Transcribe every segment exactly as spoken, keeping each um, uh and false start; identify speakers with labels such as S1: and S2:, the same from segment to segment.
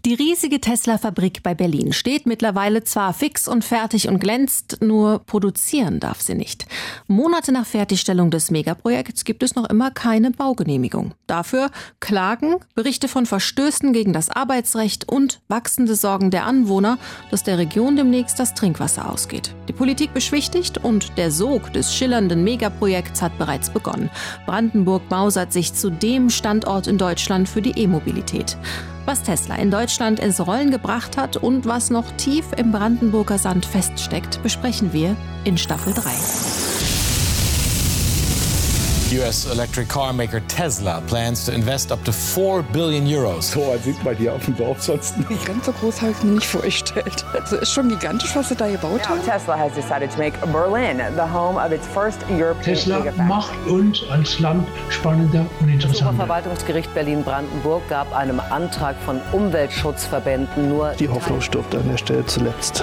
S1: Die riesige Tesla-Fabrik bei Berlin steht mittlerweile zwar fix und fertig und glänzt, nur produzieren darf sie nicht. Monate nach Fertigstellung des Megaprojekts gibt es noch immer keine Baugenehmigung. Dafür Klagen, Berichte von Verstößen gegen das Arbeitsrecht und wachsende Sorgen der Anwohner, dass der Region demnächst das Trinkwasser ausgeht. Die Politik beschwichtigt und der Sog des schillernden Megaprojekts hat bereits begonnen. Brandenburg mausert sich zu dem Standort in Deutschland für die E-Mobilität. Was Tesla in Deutschland ins Rollen gebracht hat und was noch tief im Brandenburger Sand feststeckt, besprechen wir in Staffel drei.
S2: U S electric car maker Tesla plans to invest up to four billion euros.
S3: So weit sieht man hier auf dem Dorf sonst nicht.
S4: Ganz so groß habe ich mir nicht vorgestellt. Also ist schon gigantisch, was sie da gebaut haben.
S5: Tesla has decided to make Berlin the home of its first European
S6: Tesla macht uns als Land spannender und interessanter.
S5: Das Oberverwaltungsgericht Berlin-Brandenburg gab einem Antrag von Umweltschutzverbänden nur...
S3: Die Hoffnung stirbt an der Stelle zuletzt.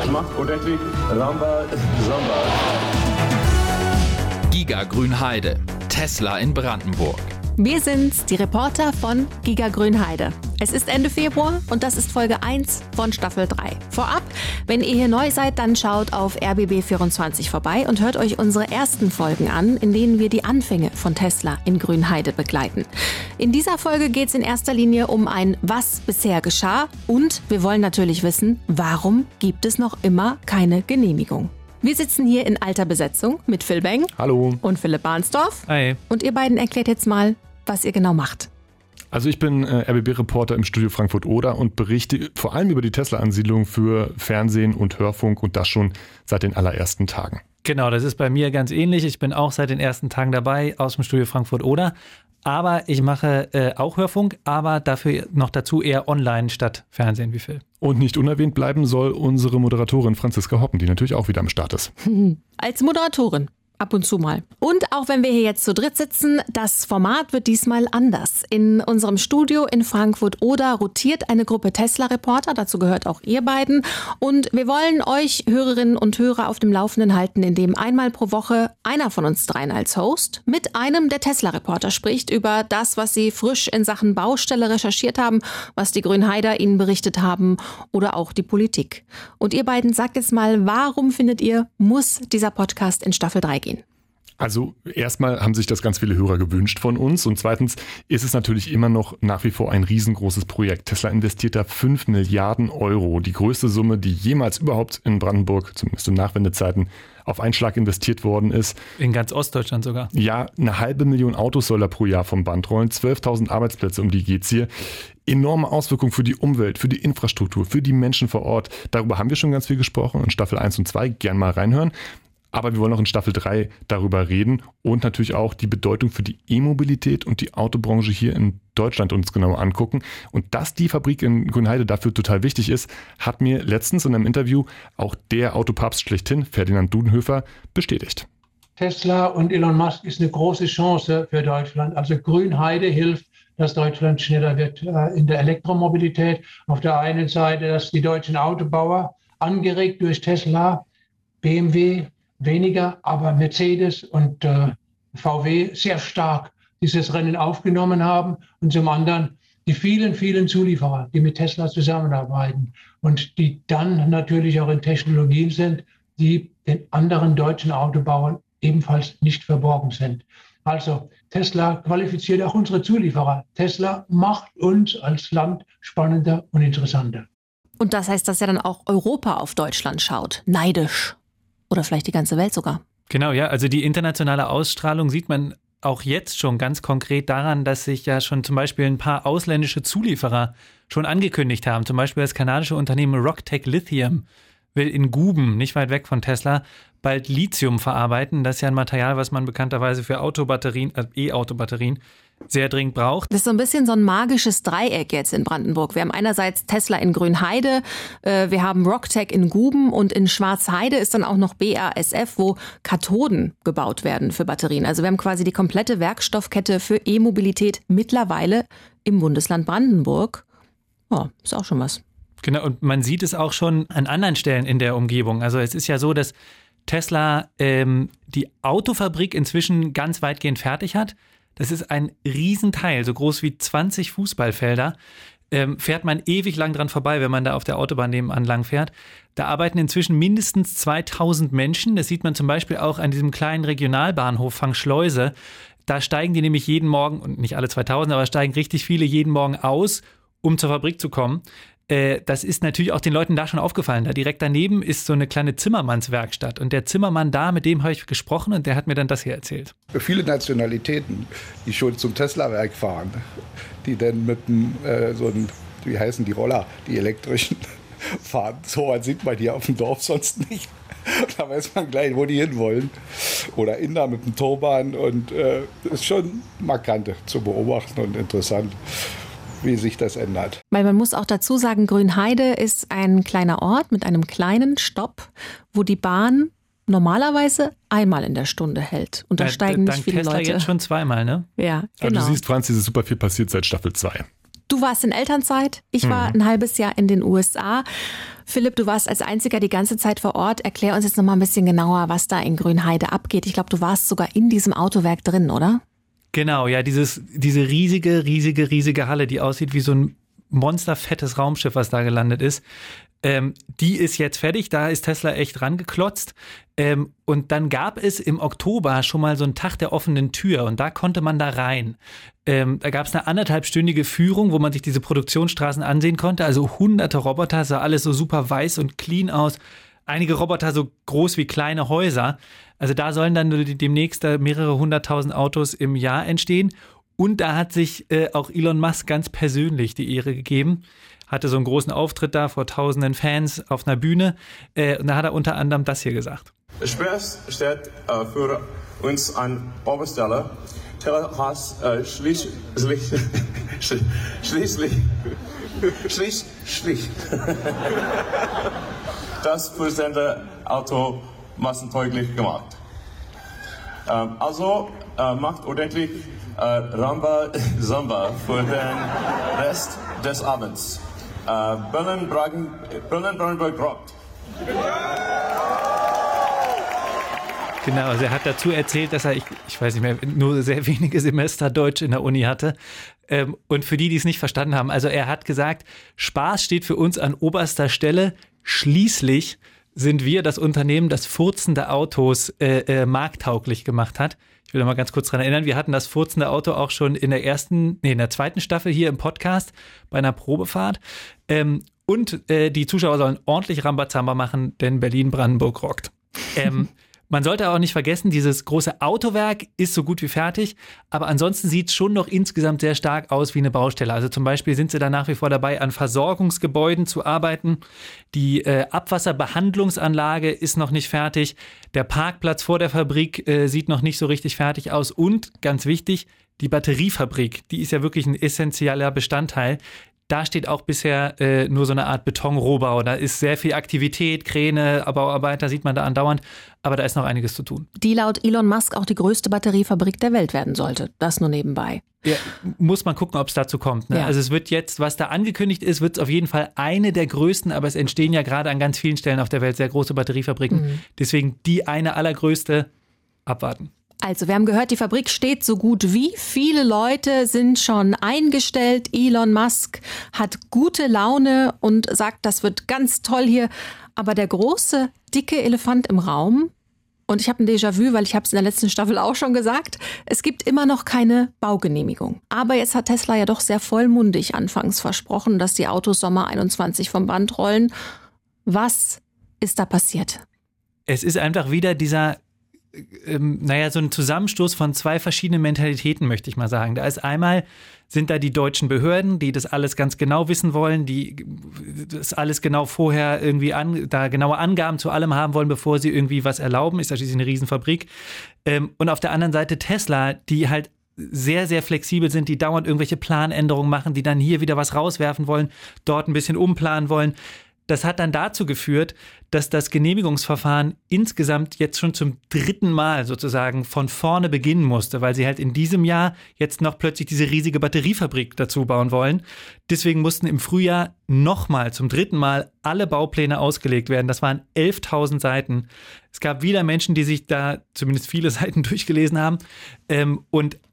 S7: Giga Grünheide. Tesla in Brandenburg.
S1: Wir sind's, die Reporter von Giga Grünheide. Es ist Ende Februar und das ist Folge eins von Staffel drei. Vorab, wenn ihr hier neu seid, dann schaut auf R B B vierundzwanzig vorbei und hört euch unsere ersten Folgen an, in denen wir die Anfänge von Tesla in Grünheide begleiten. In dieser Folge geht's in erster Linie um ein Was bisher geschah und wir wollen natürlich wissen, warum gibt es noch immer keine Genehmigung. Wir sitzen hier in alter Besetzung mit Phil Beng.
S8: Hallo.
S1: Und Philipp Barnsdorf.
S8: Hi.
S1: Und ihr beiden erklärt jetzt mal, was ihr genau macht.
S8: Also ich bin äh, R B B-Reporter im Studio Frankfurt-Oder und berichte vor allem über die Tesla-Ansiedlung für Fernsehen und Hörfunk und das schon seit den allerersten Tagen.
S9: Genau, das ist bei mir ganz ähnlich. Ich bin auch seit den ersten Tagen dabei aus dem Studio Frankfurt-Oder. Aber ich mache äh, auch Hörfunk, aber dafür noch dazu eher online statt Fernsehen wie Phil.
S8: Und nicht unerwähnt bleiben soll unsere Moderatorin Franziska Hoppen, die natürlich auch wieder am Start ist.
S1: Als Moderatorin. Ab und zu mal. Und auch wenn wir hier jetzt zu dritt sitzen, das Format wird diesmal anders. In unserem Studio in Frankfurt-Oder rotiert eine Gruppe Tesla-Reporter, dazu gehört auch ihr beiden. Und wir wollen euch Hörerinnen und Hörer auf dem Laufenden halten, indem einmal pro Woche einer von uns dreien als Host mit einem der Tesla-Reporter spricht über das, was sie frisch in Sachen Baustelle recherchiert haben, was die Grünheider ihnen berichtet haben oder auch die Politik. Und ihr beiden sagt jetzt mal, warum findet ihr, muss dieser Podcast in Staffel drei gehen?
S8: Also erstmal haben sich das ganz viele Hörer gewünscht von uns und zweitens ist es natürlich immer noch nach wie vor ein riesengroßes Projekt. Tesla investiert da fünf Milliarden Euro, die größte Summe, die jemals überhaupt in Brandenburg, zumindest in Nachwendezeiten, auf einen Schlag investiert worden ist.
S9: In ganz Ostdeutschland sogar.
S8: Ja, eine halbe Million Autos soll da pro Jahr vom Band rollen, zwölftausend Arbeitsplätze, um die geht's hier. Enorme Auswirkungen für die Umwelt, für die Infrastruktur, für die Menschen vor Ort. Darüber haben wir schon ganz viel gesprochen in Staffel eins und zwei, gern mal reinhören. Aber wir wollen auch in Staffel drei darüber reden und natürlich auch die Bedeutung für die E-Mobilität und die Autobranche hier in Deutschland uns genauer angucken. Und dass die Fabrik in Grünheide dafür total wichtig ist, hat mir letztens in einem Interview auch der Autopapst schlechthin, Ferdinand Dudenhöfer, bestätigt.
S6: Tesla und Elon Musk ist eine große Chance für Deutschland. Also Grünheide hilft, dass Deutschland schneller wird in der Elektromobilität. Auf der einen Seite, dass die deutschen Autobauer, angeregt durch Tesla, B M W, weniger, aber Mercedes und äh, V W sehr stark dieses Rennen aufgenommen haben und zum anderen die vielen, vielen Zulieferer, die mit Tesla zusammenarbeiten und die dann natürlich auch in Technologien sind, die den anderen deutschen Autobauern ebenfalls nicht verborgen sind. Also Tesla qualifiziert auch unsere Zulieferer. Tesla macht uns als Land spannender und interessanter.
S1: Und das heißt, dass ja dann auch Europa auf Deutschland schaut. Neidisch. Oder vielleicht die ganze Welt sogar.
S9: Genau, ja. Also die internationale Ausstrahlung sieht man auch jetzt schon ganz konkret daran, dass sich ja schon zum Beispiel ein paar ausländische Zulieferer schon angekündigt haben. Zum Beispiel das kanadische Unternehmen Rocktech Lithium will in Guben, nicht weit weg von Tesla, bald Lithium verarbeiten. Das ist ja ein Material, was man bekannterweise für Autobatterien, äh, E-Auto-Batterien sehr dringend braucht.
S1: Das ist so ein bisschen so ein magisches Dreieck jetzt in Brandenburg. Wir haben einerseits Tesla in Grünheide, äh, wir haben Rocktech in Guben und in Schwarzheide ist dann auch noch B A S F, wo Kathoden gebaut werden für Batterien. Also wir haben quasi die komplette Werkstoffkette für E-Mobilität mittlerweile im Bundesland Brandenburg. Ja, ist auch schon was.
S9: Genau, und man sieht es auch schon an anderen Stellen in der Umgebung. Also es ist ja so, dass Tesla ähm, die Autofabrik inzwischen ganz weitgehend fertig hat. Das ist ein Riesenteil, so groß wie zwanzig Fußballfelder. ähm, fährt man ewig lang dran vorbei, wenn man da auf der Autobahn nebenan lang fährt. Da arbeiten inzwischen mindestens zweitausend Menschen. Das sieht man zum Beispiel auch an diesem kleinen Regionalbahnhof Fangschleuse. Da steigen die nämlich jeden Morgen, und nicht alle zweitausend, aber steigen richtig viele jeden Morgen aus, um zur Fabrik zu kommen. Das ist natürlich auch den Leuten da schon aufgefallen. Da direkt daneben ist so eine kleine Zimmermannswerkstatt. Und der Zimmermann da, mit dem habe ich gesprochen und der hat mir dann das hier erzählt.
S3: Viele Nationalitäten, die schon zum Tesla-Werk fahren, die dann mit dem, äh, so ein, wie heißen die Roller, die elektrischen, fahren. So was sieht man hier auf dem Dorf sonst nicht. Da weiß man gleich, wo die hinwollen. Oder Inder mit dem Turban. Und äh, ist schon markant zu beobachten und interessant, wie sich das ändert.
S1: Weil man muss auch dazu sagen, Grünheide ist ein kleiner Ort mit einem kleinen Stopp, wo die Bahn normalerweise einmal in der Stunde hält. Und da ja, steigen nicht viele
S9: Tesla
S1: Leute.
S9: Jetzt schon zweimal, ne?
S1: Ja, genau.
S8: Aber du siehst, Franz, es ist super viel passiert seit Staffel zwei.
S1: Du warst in Elternzeit, ich war mhm. ein halbes Jahr in den U S A. Philipp, du warst als Einziger die ganze Zeit vor Ort. Erklär uns jetzt noch mal ein bisschen genauer, was da in Grünheide abgeht. Ich glaube, du warst sogar in diesem Autowerk drin, oder?
S9: Genau, ja, dieses, diese riesige, riesige, riesige Halle, die aussieht wie so ein monsterfettes Raumschiff, was da gelandet ist. Ähm, die ist jetzt fertig, da ist Tesla echt rangeklotzt. Ähm, und dann gab es im Oktober schon mal so einen Tag der offenen Tür und da konnte man da rein. Ähm, da gab es eine anderthalbstündige Führung, wo man sich diese Produktionsstraßen ansehen konnte. Also hunderte Roboter, sah alles so super weiß und clean aus. Einige Roboter so groß wie kleine Häuser. Also da sollen dann demnächst mehrere hunderttausend Autos im Jahr entstehen. Und da hat sich äh, auch Elon Musk ganz persönlich die Ehre gegeben. Hatte so einen großen Auftritt da vor tausenden Fans auf einer Bühne. Äh, und da hat er unter anderem das hier gesagt.
S10: Schwerst steht äh, für uns an oberster Stelle. Tesla hat äh, schlicht, schlicht, schließlich, schließlich, schließlich das fullständige Auto massentauglich gemacht. Ähm, also äh, macht ordentlich äh, Ramba Samba für den Rest des Abends. Äh, Berlin-Brandenburg rockt.
S9: Genau, also er hat dazu erzählt, dass er, ich, ich weiß nicht mehr, nur sehr wenige Semester Deutsch in der Uni hatte. Ähm, und für die, die es nicht verstanden haben, also er hat gesagt, Spaß steht für uns an oberster Stelle. Schließlich sind wir das Unternehmen, das furzende Autos äh, äh, markttauglich gemacht hat. Ich will noch mal ganz kurz dran erinnern, wir hatten das furzende Auto auch schon in der ersten, nee, in der zweiten Staffel hier im Podcast bei einer Probefahrt. Ähm, und äh, die Zuschauer sollen ordentlich Rambazamba machen, denn Berlin-Brandenburg rockt. Ähm, Man sollte auch nicht vergessen, dieses große Autowerk ist so gut wie fertig, aber ansonsten sieht es schon noch insgesamt sehr stark aus wie eine Baustelle. Also zum Beispiel sind sie da nach wie vor dabei, an Versorgungsgebäuden zu arbeiten. Die äh, Abwasserbehandlungsanlage ist noch nicht fertig. Der Parkplatz vor der Fabrik äh, sieht noch nicht so richtig fertig aus. Und ganz wichtig, die Batteriefabrik, die ist ja wirklich ein essentieller Bestandteil. Da steht auch bisher äh, nur so eine Art Betonrohbau. Da ist sehr viel Aktivität, Kräne, Bauarbeiter sieht man da andauernd. Aber da ist noch einiges zu tun.
S1: Die laut Elon Musk auch die größte Batteriefabrik der Welt werden sollte. Das nur nebenbei.
S9: Ja, muss man gucken, ob es dazu kommt. Ne?
S1: Ja.
S9: Also es wird jetzt, was da angekündigt ist, wird es auf jeden Fall eine der größten. Aber es entstehen ja gerade an ganz vielen Stellen auf der Welt sehr große Batteriefabriken. Mhm. Deswegen die eine allergrößte, abwarten.
S1: Also, wir haben gehört, die Fabrik steht so gut wie. Viele Leute sind schon eingestellt. Elon Musk hat gute Laune und sagt, das wird ganz toll hier. Aber der große, dicke Elefant im Raum, und ich habe ein Déjà-vu, weil ich habe es in der letzten Staffel auch schon gesagt, es gibt immer noch keine Baugenehmigung. Aber jetzt hat Tesla ja doch sehr vollmundig anfangs versprochen, dass die Autos Sommer einundzwanzig vom Band rollen. Was ist da passiert?
S9: Es ist einfach wieder dieser... Ähm, naja, so ein Zusammenstoß von zwei verschiedenen Mentalitäten, möchte ich mal sagen. Da ist einmal, sind da die deutschen Behörden, die das alles ganz genau wissen wollen, die das alles genau vorher irgendwie an, da genaue Angaben zu allem haben wollen, bevor sie irgendwie was erlauben. Ist ja schließlich eine Riesenfabrik. Ähm, und auf der anderen Seite Tesla, die halt sehr, sehr flexibel sind, die dauernd irgendwelche Planänderungen machen, die dann hier wieder was rauswerfen wollen, dort ein bisschen umplanen wollen. Das hat dann dazu geführt, dass das Genehmigungsverfahren insgesamt jetzt schon zum dritten Mal sozusagen von vorne beginnen musste, weil sie halt in diesem Jahr jetzt noch plötzlich diese riesige Batteriefabrik dazu bauen wollen. Deswegen mussten im Frühjahr nochmal zum dritten Mal alle Baupläne ausgelegt werden. Das waren elftausend Seiten. Es gab wieder Menschen, die sich da zumindest viele Seiten durchgelesen haben. Und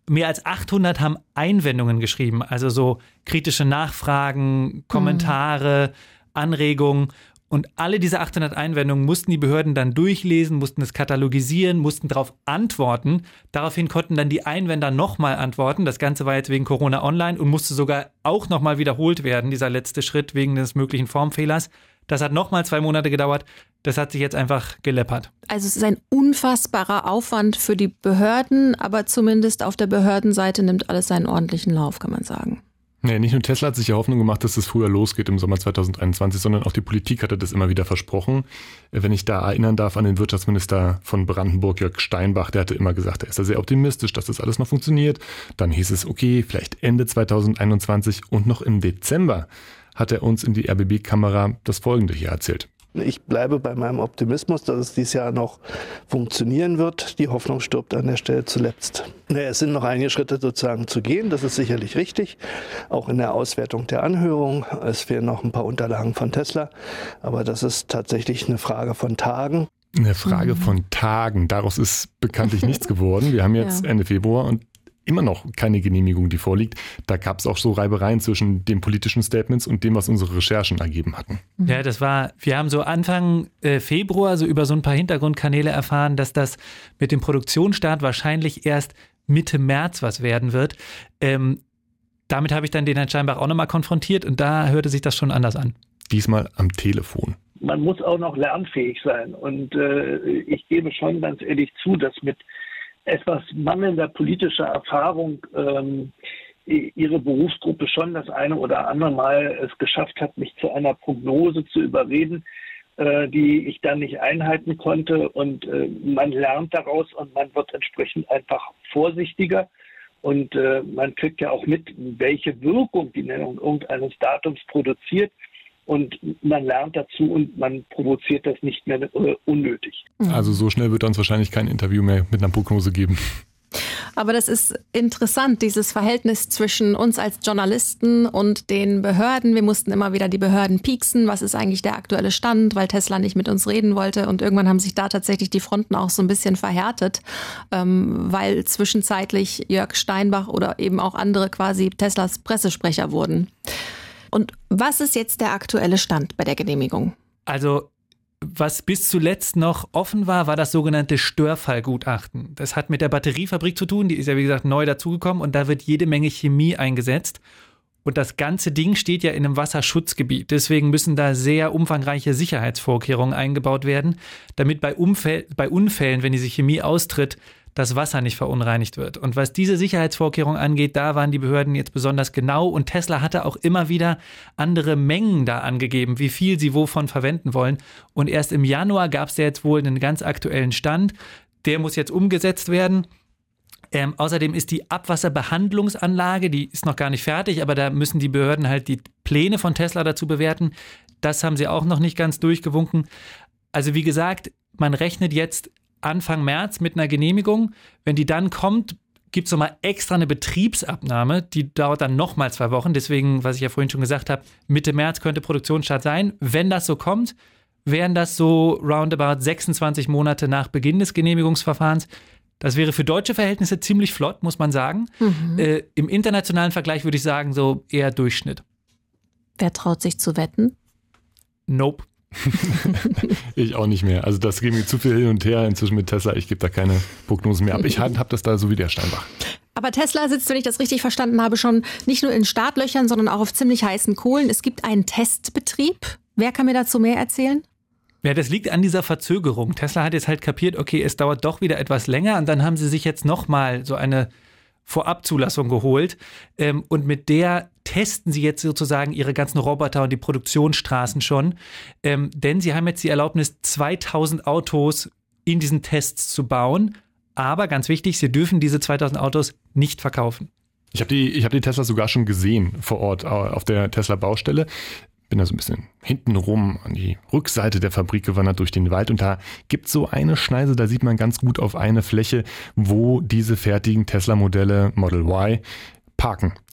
S9: mehr als achthundert haben Einwendungen geschrieben, also so kritische Nachfragen, Kommentare, mhm. Anregungen. Und alle diese achthundert Einwendungen mussten die Behörden dann durchlesen, mussten es katalogisieren, mussten darauf antworten. Daraufhin konnten dann die Einwender nochmal antworten. Das Ganze war jetzt wegen Corona online und musste sogar auch nochmal wiederholt werden, dieser letzte Schritt wegen des möglichen Formfehlers. Das hat nochmal zwei Monate gedauert. Das hat sich jetzt einfach geleppert.
S1: Also es ist ein unfassbarer Aufwand für die Behörden, aber zumindest auf der Behördenseite nimmt alles seinen ordentlichen Lauf, kann man sagen.
S8: Nee, nicht nur Tesla hat sich ja Hoffnung gemacht, dass es früher losgeht im Sommer zwanzig einundzwanzig, sondern auch die Politik hatte das immer wieder versprochen. Wenn ich da erinnern darf an den Wirtschaftsminister von Brandenburg, Jörg Steinbach, der hatte immer gesagt, er ist da sehr optimistisch, dass das alles noch funktioniert. Dann hieß es, okay, vielleicht Ende zwanzig einundzwanzig und noch im Dezember hat er uns in die R B B-Kamera das Folgende hier erzählt.
S11: Ich bleibe bei meinem Optimismus, dass es dieses Jahr noch funktionieren wird. Die Hoffnung stirbt an der Stelle zuletzt. Naja, es sind noch einige Schritte sozusagen zu gehen, das ist sicherlich richtig, auch in der Auswertung der Anhörung. Es fehlen noch ein paar Unterlagen von Tesla, aber das ist tatsächlich eine Frage von Tagen.
S8: Eine Frage mhm. von Tagen, daraus ist bekanntlich nichts geworden. Wir haben jetzt ja. Ende Februar und immer noch keine Genehmigung, die vorliegt. Da gab es auch so Reibereien zwischen den politischen Statements und dem, was unsere Recherchen ergeben hatten.
S9: Ja, das war, wir haben so Anfang äh, Februar so über so ein paar Hintergrundkanäle erfahren, dass das mit dem Produktionsstart wahrscheinlich erst Mitte März was werden wird. Ähm, damit habe ich dann den Herrn Steinbach auch nochmal konfrontiert und da hörte sich das schon anders an.
S8: Diesmal am Telefon.
S12: Man muss auch noch lernfähig sein und äh, ich gebe schon ganz ehrlich zu, dass mit etwas mangelnder politischer Erfahrung ähm, ihre Berufsgruppe schon das eine oder andere Mal es geschafft hat, mich zu einer Prognose zu überreden, äh, die ich dann nicht einhalten konnte. Und äh, man lernt daraus und man wird entsprechend einfach vorsichtiger. Und äh, man kriegt ja auch mit, welche Wirkung die Nennung irgendeines Datums produziert. Und man lernt dazu und man provoziert das nicht mehr äh, unnötig.
S8: Also so schnell wird uns wahrscheinlich kein Interview mehr mit einer Prognose geben.
S1: Aber das ist interessant, dieses Verhältnis zwischen uns als Journalisten und den Behörden. Wir mussten immer wieder die Behörden pieksen. Was ist eigentlich der aktuelle Stand, weil Tesla nicht mit uns reden wollte. Und irgendwann haben sich da tatsächlich die Fronten auch so ein bisschen verhärtet, ähm, weil zwischenzeitlich Jörg Steinbach oder eben auch andere quasi Teslas Pressesprecher wurden. Und was ist jetzt der aktuelle Stand bei der Genehmigung?
S9: Also was bis zuletzt noch offen war, war das sogenannte Störfallgutachten. Das hat mit der Batteriefabrik zu tun, die ist ja wie gesagt neu dazugekommen und da wird jede Menge Chemie eingesetzt. Und das ganze Ding steht ja in einem Wasserschutzgebiet. Deswegen müssen da sehr umfangreiche Sicherheitsvorkehrungen eingebaut werden, damit bei, Umfäll- bei Unfällen, wenn diese Chemie austritt, das Wasser nicht verunreinigt wird. Und was diese Sicherheitsvorkehrungen angeht, da waren die Behörden jetzt besonders genau und Tesla hatte auch immer wieder andere Mengen da angegeben, wie viel sie wovon verwenden wollen. Und erst im Januar gab es ja jetzt wohl einen ganz aktuellen Stand. Der muss jetzt umgesetzt werden. Ähm, außerdem ist die Abwasserbehandlungsanlage, die ist noch gar nicht fertig, aber da müssen die Behörden halt die Pläne von Tesla dazu bewerten. Das haben sie auch noch nicht ganz durchgewunken. Also wie gesagt, man rechnet jetzt Anfang März mit einer Genehmigung. Wenn die dann kommt, gibt es nochmal extra eine Betriebsabnahme. Die dauert dann nochmal zwei Wochen. Deswegen, was ich ja vorhin schon gesagt habe, Mitte März könnte Produktionsstart sein. Wenn das so kommt, wären das so roundabout sechsundzwanzig Monate nach Beginn des Genehmigungsverfahrens. Das wäre für deutsche Verhältnisse ziemlich flott, muss man sagen. Mhm. Äh, im internationalen Vergleich würde ich sagen, so eher Durchschnitt.
S1: Wer traut sich zu wetten?
S9: Nope.
S8: Ich auch nicht mehr. Also das geht mir zu viel hin und her inzwischen mit Tesla. Ich gebe da keine Prognosen mehr ab. Ich habe das da so wie der Steinbach.
S1: Aber Tesla sitzt, wenn ich das richtig verstanden habe, schon nicht nur in Startlöchern, sondern auch auf ziemlich heißen Kohlen. Es gibt einen Testbetrieb. Wer kann mir dazu mehr erzählen?
S9: Ja, das liegt an dieser Verzögerung. Tesla hat jetzt halt kapiert, okay, es dauert doch wieder etwas länger und dann haben sie sich jetzt nochmal so eine Vorabzulassung geholt ähm, und mit der testen sie jetzt sozusagen ihre ganzen Roboter und die Produktionsstraßen schon, ähm, denn sie haben jetzt die Erlaubnis, zweitausend Autos in diesen Tests zu bauen, aber ganz wichtig, sie dürfen diese zweitausend Autos nicht verkaufen.
S8: Ich habe die, ich hab die Tesla sogar schon gesehen vor Ort auf der Tesla-Baustelle. Bin da so ein bisschen hintenrum an die Rückseite der Fabrik gewandert durch den Wald und da gibt es so eine Schneise, da sieht man ganz gut auf eine Fläche, wo diese fertigen Tesla-Modelle Model Y parken.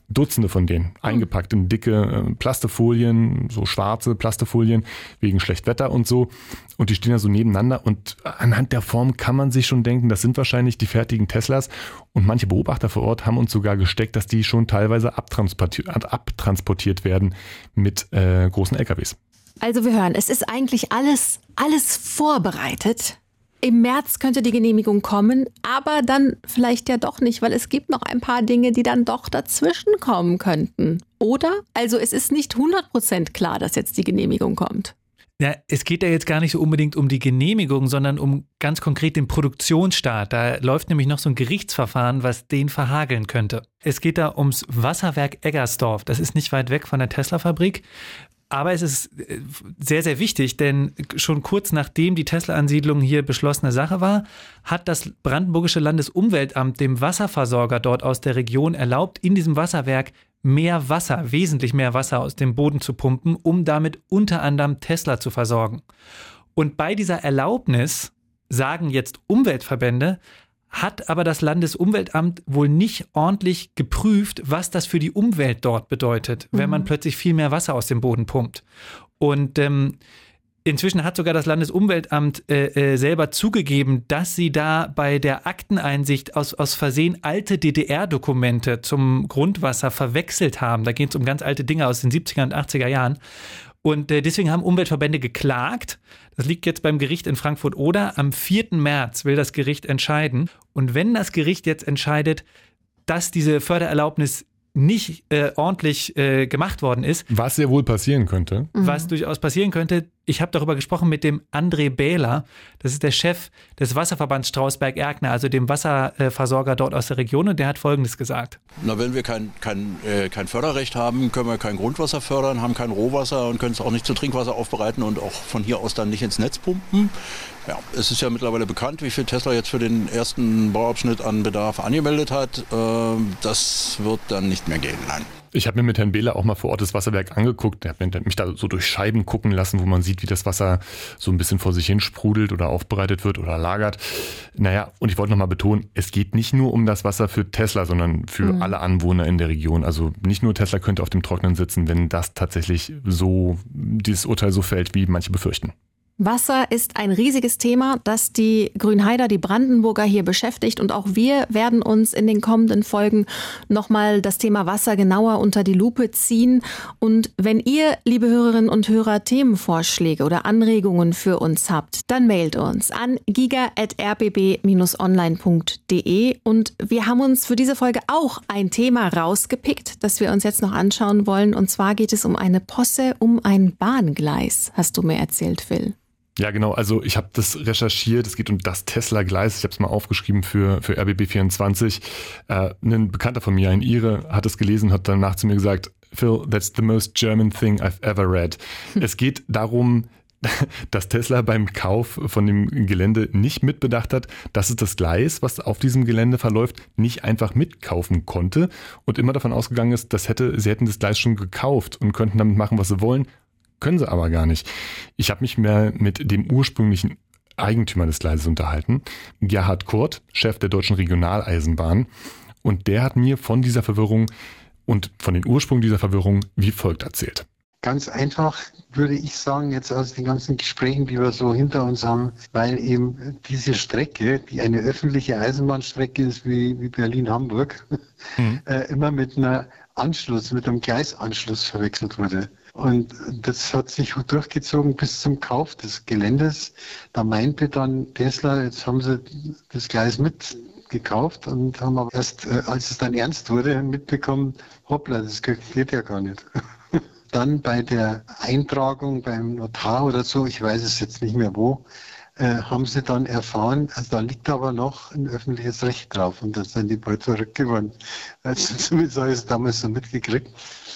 S8: Dutzende von denen, eingepackt in dicke äh, Plastefolien, so schwarze Plastefolien, wegen Schlechtwetter und so. Und die stehen da so nebeneinander und anhand der Form kann man sich schon denken, das sind wahrscheinlich die fertigen Teslas. Und manche Beobachter vor Ort haben uns sogar gesteckt, dass die schon teilweise abtransportiert, abtransportiert werden mit äh, großen L K Ws.
S1: Also wir hören, es ist eigentlich alles, alles vorbereitet. Im März könnte die Genehmigung kommen, aber dann vielleicht ja doch nicht, weil es gibt noch ein paar Dinge, die dann doch dazwischen kommen könnten. Oder? Also es ist nicht hundert Prozent klar, dass jetzt die Genehmigung kommt.
S9: Ja, es geht ja jetzt gar nicht so unbedingt um die Genehmigung, sondern um ganz konkret den Produktionsstart. Da läuft nämlich noch so ein Gerichtsverfahren, was den verhageln könnte. Es geht da ums Wasserwerk Eggersdorf. Das ist nicht weit weg von der Tesla-Fabrik. Aber es ist sehr, sehr wichtig, denn schon kurz nachdem die Tesla-Ansiedlung hier beschlossene Sache war, hat das Brandenburgische Landesumweltamt dem Wasserversorger dort aus der Region erlaubt, in diesem Wasserwerk mehr Wasser, wesentlich mehr Wasser aus dem Boden zu pumpen, um damit unter anderem Tesla zu versorgen. Und bei dieser Erlaubnis, sagen jetzt Umweltverbände, hat aber das Landesumweltamt wohl nicht ordentlich geprüft, was das für die Umwelt dort bedeutet, mhm. wenn man plötzlich viel mehr Wasser aus dem Boden pumpt. Und ähm, inzwischen hat sogar das Landesumweltamt äh, äh, selber zugegeben, dass sie da bei der Akteneinsicht aus, aus Versehen alte D D R-Dokumente zum Grundwasser verwechselt haben. Da geht es um ganz alte Dinge aus den siebziger und achtziger Jahren. Und äh, deswegen haben Umweltverbände geklagt. Das liegt jetzt beim Gericht in Frankfurt-Oder. Am vierten März will das Gericht entscheiden. Und wenn das Gericht jetzt entscheidet, dass diese Fördererlaubnis nicht äh, ordentlich äh, gemacht worden ist.
S8: Was ja wohl passieren könnte.
S9: Was mhm. durchaus passieren könnte. Ich habe darüber gesprochen mit dem André Bähler. Das ist der Chef des Wasserverbands Strausberg-Erkner, also dem Wasserversorger dort aus der Region. Und der hat Folgendes gesagt.
S13: Na, wenn wir kein, kein, äh, kein Förderrecht haben, können wir kein Grundwasser fördern, haben kein Rohwasser und können es auch nicht zu Trinkwasser aufbereiten und auch von hier aus dann nicht ins Netz pumpen. Ja, es ist ja mittlerweile bekannt, wie viel Tesla jetzt für den ersten Bauabschnitt an Bedarf angemeldet hat. Äh, das wird dann nicht mehr gehen, nein.
S8: Ich habe mir mit Herrn Behler auch mal vor Ort das Wasserwerk angeguckt. Er hat mich da so durch Scheiben gucken lassen, wo man sieht, wie das Wasser so ein bisschen vor sich hin sprudelt oder aufbereitet wird oder lagert. Naja, und ich wollte noch mal betonen, es geht nicht nur um das Wasser für Tesla, sondern für mhm. alle Anwohner in der Region. Also nicht nur Tesla könnte auf dem Trockenen sitzen, wenn das tatsächlich so, dieses Urteil so fällt, wie manche befürchten.
S1: Wasser ist ein riesiges Thema, das die Grünheider, die Brandenburger hier beschäftigt. Und auch wir werden uns in den kommenden Folgen nochmal das Thema Wasser genauer unter die Lupe ziehen. Und wenn ihr, liebe Hörerinnen und Hörer, Themenvorschläge oder Anregungen für uns habt, dann mailt uns an giga at r b b dash online punkt d e. Und wir haben uns für diese Folge auch ein Thema rausgepickt, das wir uns jetzt noch anschauen wollen. Und zwar geht es um eine Posse, um ein Bahngleis, hast du mir erzählt, Phil.
S8: Ja, genau. Also ich habe das recherchiert. Es geht um das Tesla-Gleis. Ich habe es mal aufgeschrieben für, für R B B vierundzwanzig. Äh, ein Bekannter von mir, ein Ire, hat es gelesen, hat danach zu mir gesagt, Phil, that's the most German thing I've ever read. Hm. Es geht darum, dass Tesla beim Kauf von dem Gelände nicht mitbedacht hat, dass es das Gleis, was auf diesem Gelände verläuft, nicht einfach mitkaufen konnte und immer davon ausgegangen ist, das hätte, sie hätten das Gleis schon gekauft und könnten damit machen, was sie wollen. Können sie aber gar nicht. Ich habe mich mehr mit dem ursprünglichen Eigentümer des Gleises unterhalten, Gerhard Kurt, Chef der Deutschen Regionaleisenbahn. Und der hat mir von dieser Verwirrung und von den Ursprüngen dieser Verwirrung wie folgt erzählt.
S14: Ganz einfach würde ich sagen, jetzt aus den ganzen Gesprächen, die wir so hinter uns haben, weil eben diese Strecke, die eine öffentliche Eisenbahnstrecke ist wie, wie Berlin-Hamburg, mhm. äh, immer mit einer Anschluss, mit einem Gleisanschluss verwechselt wurde. Und das hat sich durchgezogen bis zum Kauf des Geländes. Da meinte dann Tesla, jetzt haben sie das Gleis mitgekauft und haben aber erst, als es dann ernst wurde, mitbekommen, hoppla, das geht ja gar nicht. Dann bei der Eintragung beim Notar oder so, ich weiß es jetzt nicht mehr wo, äh, haben sie dann erfahren, also da liegt aber noch ein öffentliches Recht drauf und das sind die bald verrückt geworden. Also zumindest habe ich es damals so mitgekriegt.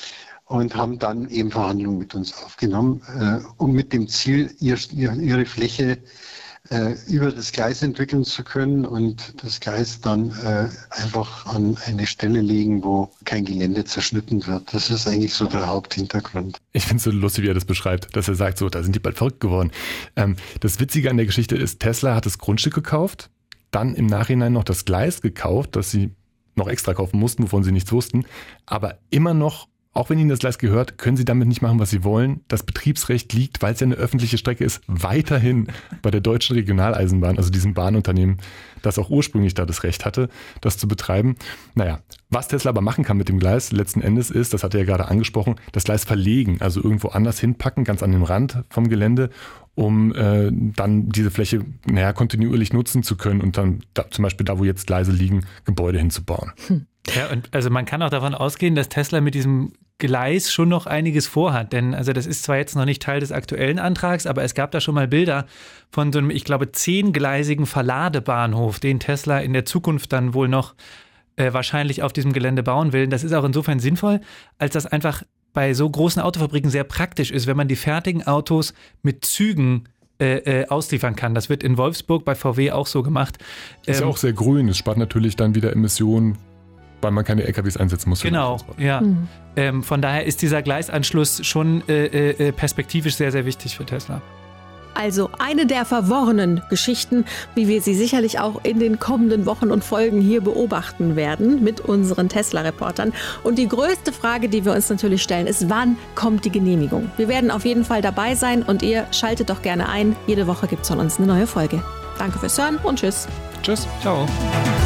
S14: Und haben dann eben Verhandlungen mit uns aufgenommen, äh, um mit dem Ziel, ihr, ihr, ihre Fläche äh, über das Gleis entwickeln zu können und das Gleis dann äh, einfach an eine Stelle legen, wo kein Gelände zerschnitten wird. Das ist eigentlich so der Haupthintergrund.
S8: Ich finde es so lustig, wie er das beschreibt, dass er sagt, so, da sind die bald verrückt geworden. Ähm, das Witzige an der Geschichte ist, Tesla hat das Grundstück gekauft, dann im Nachhinein noch das Gleis gekauft, das sie noch extra kaufen mussten, wovon sie nichts wussten. Aber immer noch, auch wenn ihnen das Gleis gehört, können sie damit nicht machen, was sie wollen. Das Betriebsrecht liegt, weil es ja eine öffentliche Strecke ist, weiterhin bei der Deutschen Regionaleisenbahn, also diesem Bahnunternehmen, das auch ursprünglich da das Recht hatte, das zu betreiben. Naja, was Tesla aber machen kann mit dem Gleis letzten Endes ist, das hat er ja gerade angesprochen, das Gleis verlegen, also irgendwo anders hinpacken, ganz an den Rand vom Gelände, um äh, dann diese Fläche naja, kontinuierlich nutzen zu können und dann da, zum Beispiel da, wo jetzt Gleise liegen, Gebäude hinzubauen.
S9: Hm. Ja, und also man kann auch davon ausgehen, dass Tesla mit diesem Gleis schon noch einiges vorhat, denn also das ist zwar jetzt noch nicht Teil des aktuellen Antrags, aber es gab da schon mal Bilder von so einem, ich glaube, zehngleisigen Verladebahnhof, den Tesla in der Zukunft dann wohl noch äh, wahrscheinlich auf diesem Gelände bauen will. Das ist auch insofern sinnvoll, als das einfach bei so großen Autofabriken sehr praktisch ist, wenn man die fertigen Autos mit Zügen äh, äh, ausliefern kann. Das wird in Wolfsburg bei V W auch so gemacht.
S8: Ist ähm, ja auch sehr grün, es spart natürlich dann wieder Emissionen, weil man keine L K Ws einsetzen muss.
S9: Genau, ja. Mhm. Ähm, von daher ist dieser Gleisanschluss schon äh, äh, perspektivisch sehr, sehr wichtig für Tesla.
S1: Also eine der verworrenen Geschichten, wie wir sie sicherlich auch in den kommenden Wochen und Folgen hier beobachten werden mit unseren Tesla-Reportern. Und die größte Frage, die wir uns natürlich stellen, ist, wann kommt die Genehmigung? Wir werden auf jeden Fall dabei sein und ihr schaltet doch gerne ein. Jede Woche gibt es von uns eine neue Folge. Danke fürs Hören und tschüss.
S8: Tschüss.
S9: Ciao.